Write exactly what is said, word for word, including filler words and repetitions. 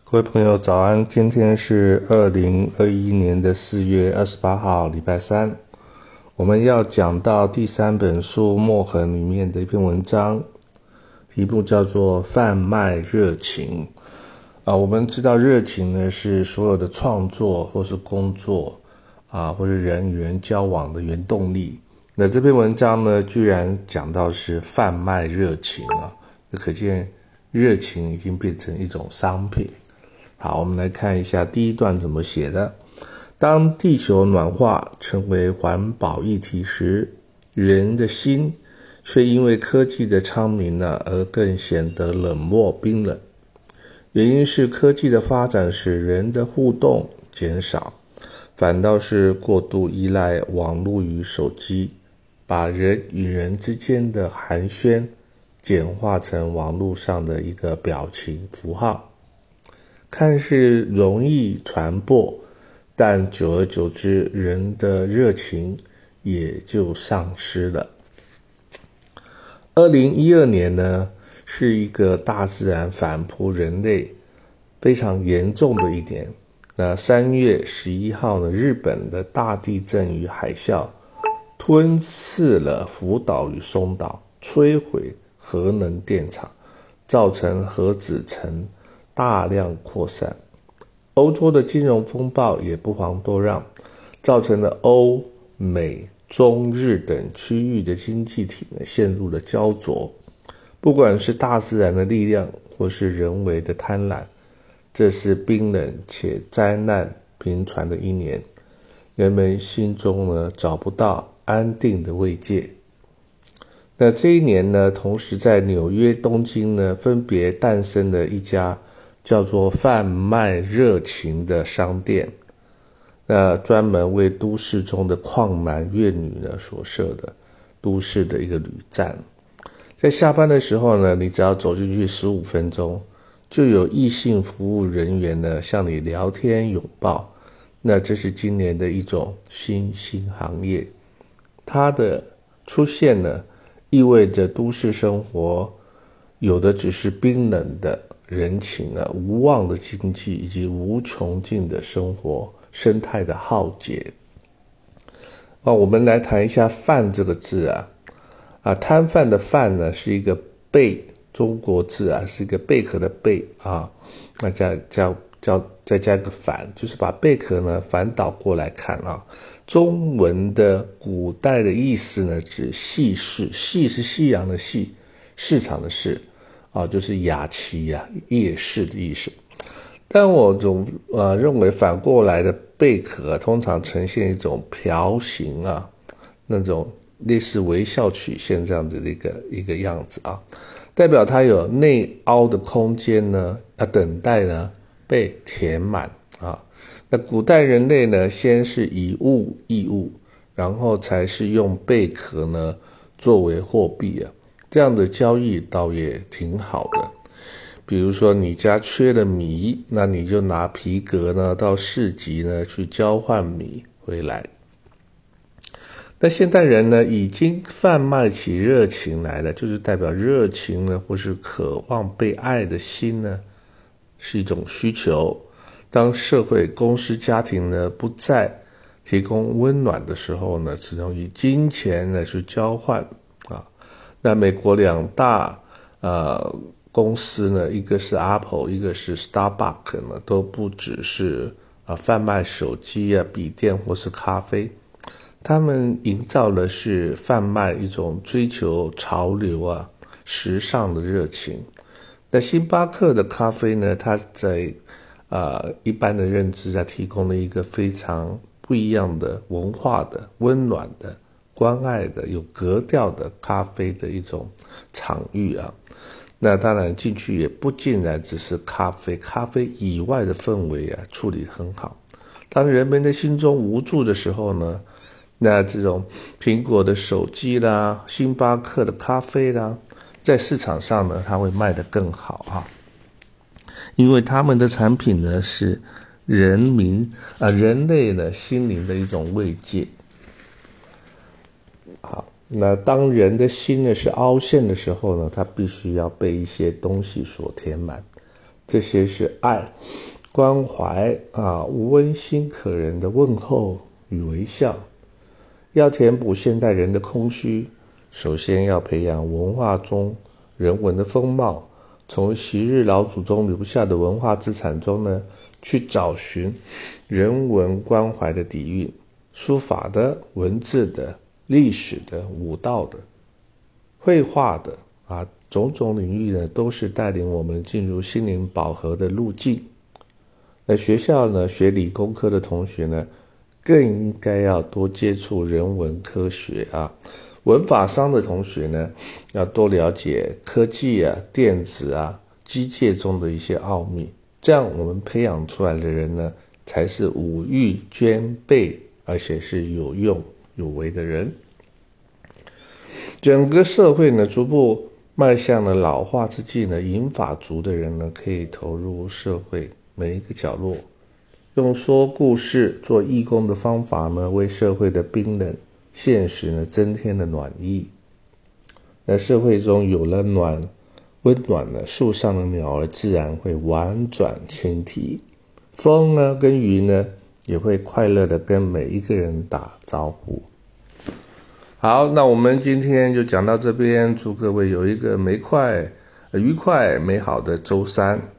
各位朋友早安，今天是二零二一年的四月二十八号，礼拜三。我们要讲到第三本书《墨痕》里面的一篇文章，题目叫做贩卖热情。啊，我们知道热情呢是所有的创作或是工作啊，或是人与人交往的原动力。那这篇文章呢，居然讲到是贩卖热情啊，那可见热情已经变成一种商品。好，我们来看一下第一段怎么写的。当地球暖化成为环保议题时，人的心却因为科技的昌明呢，而更显得冷漠冰冷。原因是科技的发展使人的互动减少，反倒是过度依赖网络与手机，把人与人之间的寒暄简化成网络上的一个表情符号。看似容易传播，但久而久之，人的热情也就丧失了。二零一二年呢，是一个大自然反扑人类非常严重的一年。那三月十一号呢，日本的大地震与海啸吞噬了福岛与松岛，摧毁核能电厂，造成核子层大量扩散。欧洲的金融风暴也不遑多让，造成了欧美中日等区域的经济体呢陷入了焦灼。不管是大自然的力量或是人为的贪婪，这是冰冷且灾难频传的一年，人们心中呢找不到安定的慰藉。那这一年呢，同时在纽约、东京呢分别诞生了一家叫做贩卖热情的商店，那专门为都市中的旷男怨女呢所设的都市的一个旅站。在下班的时候呢，你只要走进去十五分钟，就有异性服务人员呢向你聊天拥抱。那这是今年的一种新兴行业，它的出现呢，意味着都市生活有的只是冰冷的人情啊，无望的经济以及无穷尽的生活生态的浩劫。啊，我们来谈一下贩这个字啊，啊，摊贩的贩呢是一个贝中国字啊，是一个贝壳的贝啊，那加加加再加一个反，就是把贝壳呢反倒过来看啊。中文的古代的意思呢，指细市，细是西洋的细，市场的市。啊，就是雅齐啊，夜市的意思。但我总呃认为反过来的贝壳、啊、通常呈现一种瓢形啊，那种类似微笑曲线这样子的一个一个样子啊，代表它有内凹的空间呢，要等待呢被填满啊。那古代人类呢，先是以物易物，然后才是用贝壳呢作为货币啊。这样的交易倒也挺好的，比如说你家缺了米，那你就拿皮革呢到市集呢去交换米回来。那现代人呢已经贩卖起热情来了，就是代表热情呢或是渴望被爱的心呢是一种需求。当社会、公司、家庭呢不再提供温暖的时候呢，只能以金钱来去交换啊。那美国两大呃公司呢，一个是 Apple， 一个是 Starbucks 呢，都不只是啊贩卖手机啊、笔电或是咖啡，他们营造的是贩卖一种追求潮流啊、时尚的热情。那星巴克的咖啡呢，它在呃一般的认知在提供了一个非常不一样的文化的、温暖的、关爱的、有格调的咖啡的一种场域啊。那当然进去也不尽然只是咖啡，咖啡以外的氛围啊处理很好。当人们的心中无助的时候呢，那这种苹果的手机啦、星巴克的咖啡啦，在市场上呢它会卖得更好啊，因为他们的产品呢是人民啊人类呢心灵的一种慰藉。好，那当人的心呢是凹陷的时候呢，它必须要被一些东西所填满。 这些是爱、关怀啊，温馨可人的问候与微笑。要填补现代人的空虚，首先要培养文化中人文的风貌，从昔日老祖宗留下的文化资产中呢，去找寻人文关怀的底蕴，书法的、文字的、历史的、舞蹈的、绘画的啊，种种领域呢，都是带领我们进入心灵饱和的路径。那学校呢，学理工科的同学呢，更应该要多接触人文科学啊。文法商的同学呢，要多了解科技啊、电子啊、机械中的一些奥秘，这样我们培养出来的人呢，才是五育兼备，而且是有用有为的人。整个社会呢，逐步迈向了老化之际呢，银发族的人呢，可以投入社会每一个角落，用说故事、做义工的方法呢，为社会的冰冷现实呢，增添了暖意。那社会中有了暖温暖了，树上的鸟儿自然会婉转轻啼，风呢跟云呢也会快乐的跟每一个人打招呼。好，那我们今天就讲到这边，祝各位有一个美快、愉快、美好的周三。